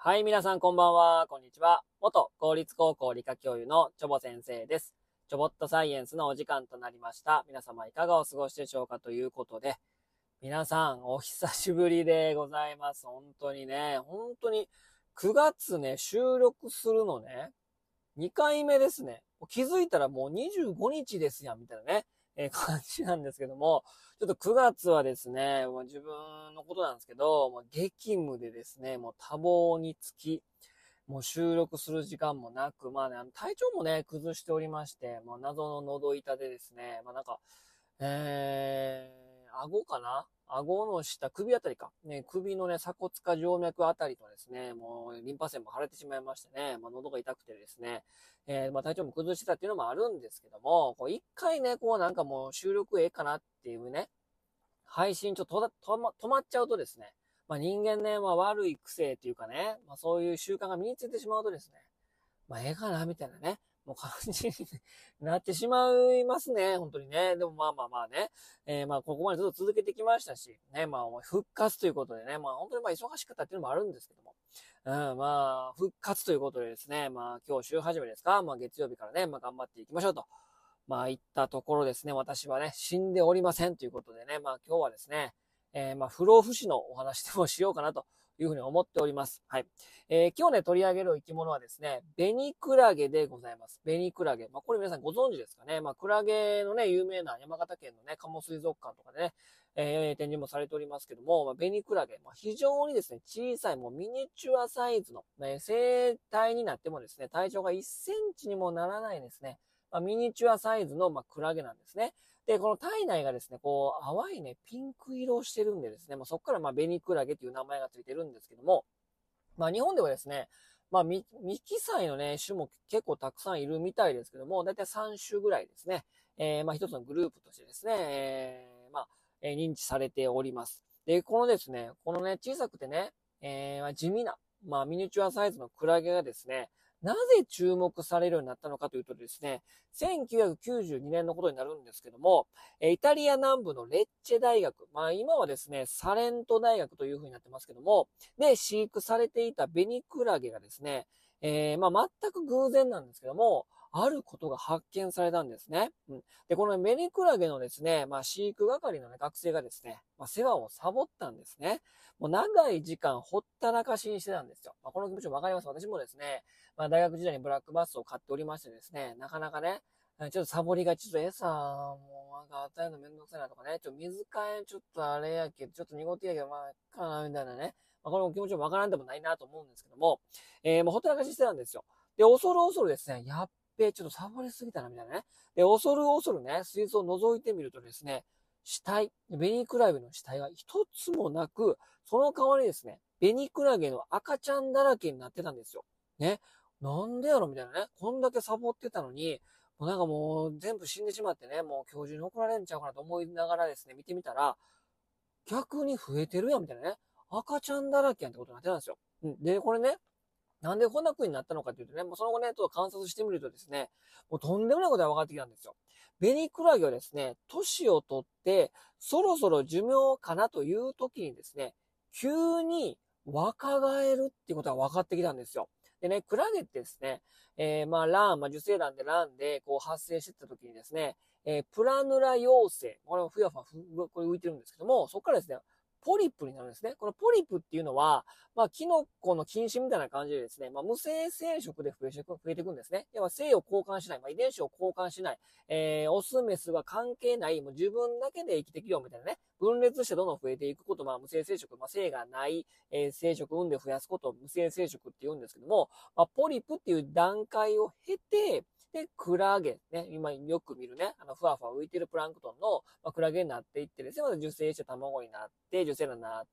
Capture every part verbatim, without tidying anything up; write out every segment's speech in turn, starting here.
はい、皆さんこんばんは、こんにちは。元公立高校理科教諭のチョボ先生です。チョボットサイエンスのお時間となりました。皆様いかがお過ごしでしょうかということで、皆さんお久しぶりでございます。本当にね、本当にくがつね、収録するのね、にかいめですね。気づいたらもうにじゅうごにちですやん、みたいなね、えー、感じなんですけども、ちょっとくがつはですね、もう自分のことなんですけど、もう激務でですね、もう多忙につき、もう収録する時間もなく、まあね、あの体調もね、崩しておりまして、もう謎の喉痛でですね、まあなんか、えー、顎かな顎の下、首あたりか。ね、首のね、鎖骨下静脈あたりとですね、もうリンパ腺も腫れてしまいましてね、まあ喉が痛くてですね、えー、まあ体調も崩してたっていうのもあるんですけども、こう一回ね、こうなんかもう収録ええかなっていうね、配信ちょっと止ま止まっちゃうとですね、まあ人間ね、まあ悪い癖っていうかね、まあそういう習慣が身についてしまうとですね、まあ、ええかな、みたいなね。もう感じになってしまいますね。本当にね。でもまあまあまあね。えー、まあここまでずっと続けてきましたし、ね、まあ復活ということでね、まあ本当にまあ忙しかったっていうのもあるんですけども。うん、まあ復活ということでですね、まあ今日週始めですか、まあ月曜日からね、まあ頑張っていきましょうと。まあいったところですね、私はね、死んでおりませんということでね、まあ今日はですね、えー、まあ不老不死のお話でもしようかなというふうに思っております。はい。えー、今日ね、取り上げる生き物はですね、ベニクラゲでございます。ベニクラゲ。まあ、これ皆さんご存知ですかね。まあ、クラゲのね、有名な山形県のね、鴨水族館とかでね、えー、展示もされておりますけども、まあ、ベニクラゲ。まあ、非常にですね、小さい、もうミニチュアサイズの、ね、生体になってもですね、体長がいっセンチにもならないですね、まあ、ミニチュアサイズの、まあ、クラゲなんですね。で、この体内がですね、こう、淡いね、ピンク色をしてるんでですね、まあ、そこからまあ、ベニクラゲという名前がついてるんですけども、まあ日本ではですね、まあミキサイのね、種も結構たくさんいるみたいですけども、だいたいさん種ぐらいですね。えー、まあ一つのグループとしてですね、えー、まあ、えー、認知されております。で、このですね、このね、小さくてね、えー、まあ、地味な、まあミニチュアサイズのクラゲがですね、なぜ注目されるようになったのかというとですね、せんきゅうひゃくきゅうじゅうにねんのことになるんですけども、イタリア南部のレッチェ大学、まあ今はですね、サレント大学という風になってますけども、で、飼育されていたベニクラゲがですね、えー、まあ全く偶然なんですけども、あることが発見されたんですね。うん、で、このベニクラゲのですね、まあ飼育係の、ね、学生がですね、まあ世話をサボったんですね。もう長い時間ほったらかしにしてたんですよ。まあこの気持ちもわかります。私もですね、まあ大学時代にブラックバスを買っておりましてですね、なかなかね、ちょっとサボりがち、ちょっと餌、もうなんか与えるのめんどくさいなとかね、ちょっと水替えちょっとあれやけど、ちょっと濁ってやけど、まあ、いっかな、みたいなね。まあ、この気持ちもわからんでもないなと思うんですけども、えー、もうほったらかししてたんですよ。で、恐る恐るですね、やっべ、ちょっとサボりすぎたな、みたいなね。で、恐る恐るね、水槽を覗いてみるとですね、死体、ベニクラゲの死体が一つもなく、その代わりですね、ベニクラゲの赤ちゃんだらけになってたんですよ。ね。なんでやろみたいなね。こんだけサボってたのに、もうなんかもう全部死んでしまってね、もう教授に怒られんちゃうかなと思いながらですね、見てみたら、逆に増えてるやんみたいなね。赤ちゃんだらけやんってことになってたんですよ。うん。で、これね、なんでこんな風になったのかっていうとね、もうその後ね、ちょっと観察してみるとですね、もうとんでもないことが分かってきたんですよ。ベニクラゲはですね、年を取って、そろそろ寿命かなという時にですね、急に若返るっていうことが分かってきたんですよ。でね、クラゲってですね、えー、まあ、卵、まあ、受精卵で卵で、こう発生していった時にですね、えー、プラヌラ幼生、これもふやふやふ、これ浮いてるんですけども、そこからですね、ポリプになるんですね。このポリプっていうのは、まあ、キノコの菌糸みたいな感じでですね、まあ、無性生殖で増えていく、増えていくんですね。要は性を交換しない、まあ、遺伝子を交換しない、えー、オス、メスが関係ない、もう自分だけで生きてきようみたいなね、分裂してどんどん増えていくこと、まあ、無性生殖、まあ、性がない、えー、生殖、産んで増やすことを無性生殖って言うんですけども、まあ、ポリプっていう段階を経て、で、クラゲ、ね、今よく見るね、あの、ふわふわ浮いてるプランクトンの、まあ、クラゲになっていってですね、また受精して卵になって、受精卵になって、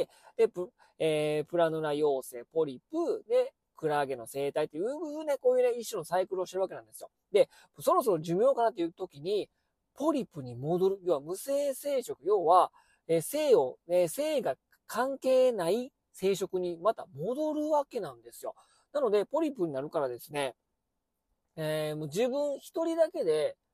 で、プ、えー、プラヌラ幼生、ポリプ、で、クラゲの生態というね、こういうね、一種のサイクルをしてるわけなんですよ。で、そろそろ寿命かなっていう時に、ポリプに戻る、要は無性生殖、要は、えー、性を、えー、性が関係ない生殖にまた戻るわけなんですよ。なので、ポリプになるからですね、えー、もう自分一人だけで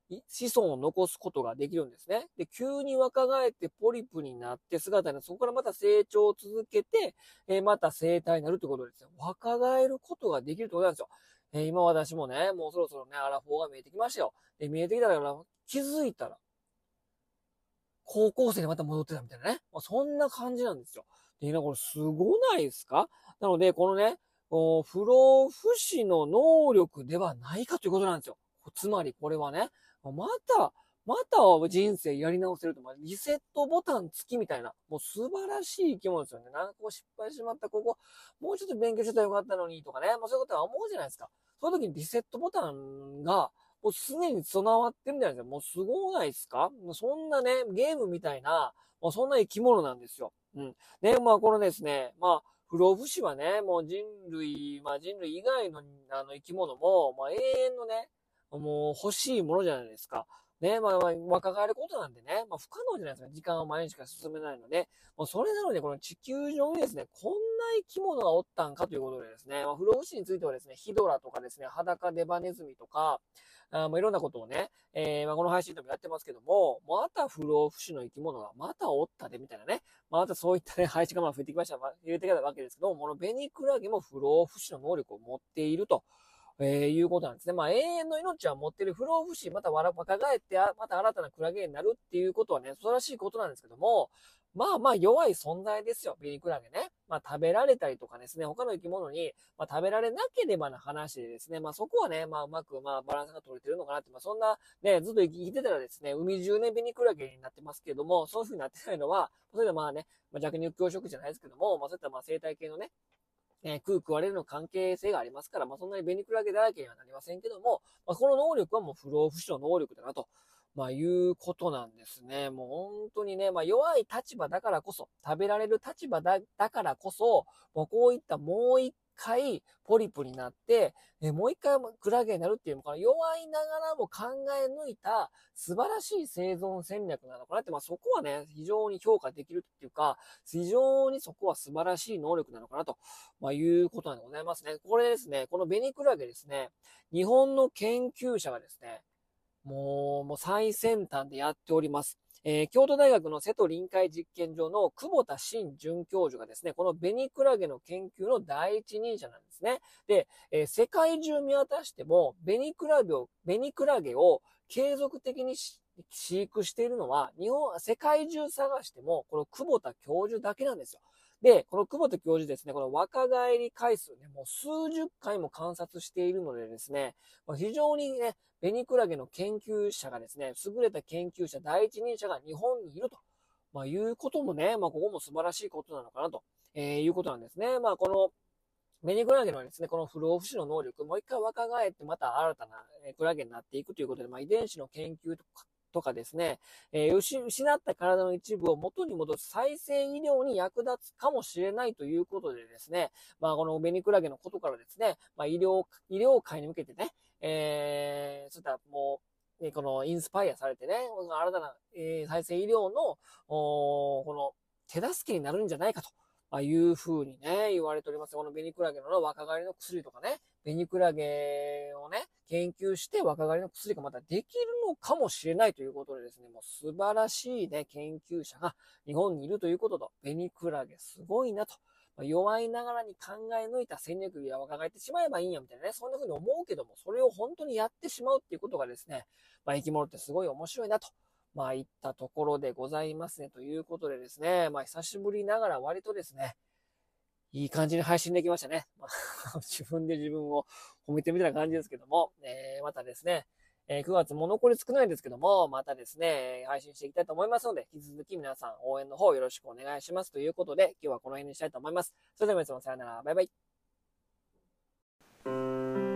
子孫を残すことができるんですね。で、急に若返ってポリプになって姿になって、そこからまた成長を続けて、えー、また生体になるということですよ。若返ることができるということなんですよ。えー、今私もね、もうそろそろね、アラフォーが見えてきましたよ。で、見えてきたから、気づいたら、高校生にまた戻ってたみたいなね。まあ、そんな感じなんですよ。で、これすごないですか？なので、このね、不老不死の能力ではないかということなんですよ。つまりこれはね、また、また人生やり直せると、まあ、リセットボタン付きみたいな、もう素晴らしい生き物ですよね。なんかこう失敗してしまった、ここ、もうちょっと勉強してたらよかったのにとかね、もうそういうことは思うじゃないですか。その時にリセットボタンが、もう常に備わってるんじゃないですか。もうすごないですか？そんなね、ゲームみたいな、もうそんな生き物なんですよ。うん。ね、まあこのですね、まあ、不老不死はね、もう人類、まあ人類以外のあの生き物も、まあ永遠のね、もう欲しいものじゃないですか。ね、まあ、まあ、若返ることなんでね、まあ不可能じゃないですか。時間は毎日しか進めないので、もうそれなので、この地球上にですね、こんな生き物がおったんかということでですね、まあ、不老不死についてはですね、ヒドラとかですね、裸デバネズミとか、あまあいろんなことをね、えー、まあこの配信でもやってますけども、また不老不死の生き物がまたおったでみたいなね、またそういったね、配信がまあ増えてきました、まあ、入れてきたわけですけども、このベニクラゲも不老不死の能力を持っていると。えー、いうことなんですね。まあ、永遠の命は持っている不老不死、また若返って、また新たなクラゲになるっていうことはね、素晴らしいことなんですけども、まあまあ弱い存在ですよ、ベニクラゲね。まあ食べられたりとかですね、他の生き物に、まあ、食べられなければな話でですね、まあそこはね、まあうまくまあバランスが取れてるのかなって、まあそんなね、ずっと生きてたらですね、海中ね、ベニクラゲになってますけども、そういう風になってないのは、それでまあね、まあ、弱肉強食じゃないですけども、まあそういったまあ生態系のね、えー、食う食われるの関係性がありますから、まあ、そんなにベニクラゲだらけにはなりませんけども、まあ、この能力はもう不老不死の能力だなと、まあ、いうことなんですね。もう本当にね、まあ、弱い立場だからこそ、食べられる立場だ、だからこそ、もうこういったもう一回ポリプになって、えもう一回クラゲになるっていうのか弱いながらも考え抜いた素晴らしい生存戦略なのかなって、まあそこはね、非常に評価できるっていうか、非常にそこは素晴らしい能力なのかなと、まあいうことなんでございますね。これですね、このベニクラゲですね、日本の研究者がですね、もう、もう最先端でやっております。えー、京都大学の瀬戸臨海実験所の久保田真准教授がですね、このベニクラゲの研究の第一人者なんですね。で、えー、世界中見渡しても、ベニクラゲを、ベニクラゲを継続的に飼育しているのは、日本、世界中探しても、この久保田教授だけなんですよ。で、この久保田教授ですね、この若返り回数ね、もう数十回も観察しているのでですね、非常にね、ベニクラゲの研究者がですね、優れた研究者、第一人者が日本にいると、まあ、いうこともね、まあ、ここも素晴らしいことなのかなと、えー、いうことなんですね。まあ、この、ベニクラゲのですね、この不老不死の能力、もう一回若返ってまた新たなクラゲになっていくということで、まあ、遺伝子の研究とか、とかですね、えー、失った体の一部を元に戻す再生医療に役立つかもしれないということでですね、まあこのベニクラゲのことからですね、まあ医療、医療界に向けてね、えー、そういったもう、このインスパイアされてね、新たな、えー、再生医療の、この手助けになるんじゃないかと。ああいう風にね、言われております。このベニクラゲの若返りの薬とかね、ベニクラゲをね、研究して若返りの薬がまたできるのかもしれないということでですね、もう素晴らしいね、研究者が日本にいるということと、ベニクラゲすごいなと。まあ、弱いながらに考え抜いた戦略が若返ってしまえばいいんやみたいなね、そんな風に思うけども、それを本当にやってしまうっていうことがですね、まあ生き物ってすごい面白いなと。まあ、いったところでございますね。ということでですね、まあ、久しぶりながら割とですね、いい感じに配信できましたね。まあ、自分で自分を褒めてみたいな感じですけども、えー、またですね、えー、くがつも残り少ないんですけども、またですね、配信していきたいと思いますので、引き続き皆さん応援の方よろしくお願いしますということで、今日はこの辺にしたいと思います。それでは皆様さよなら、バイバイ。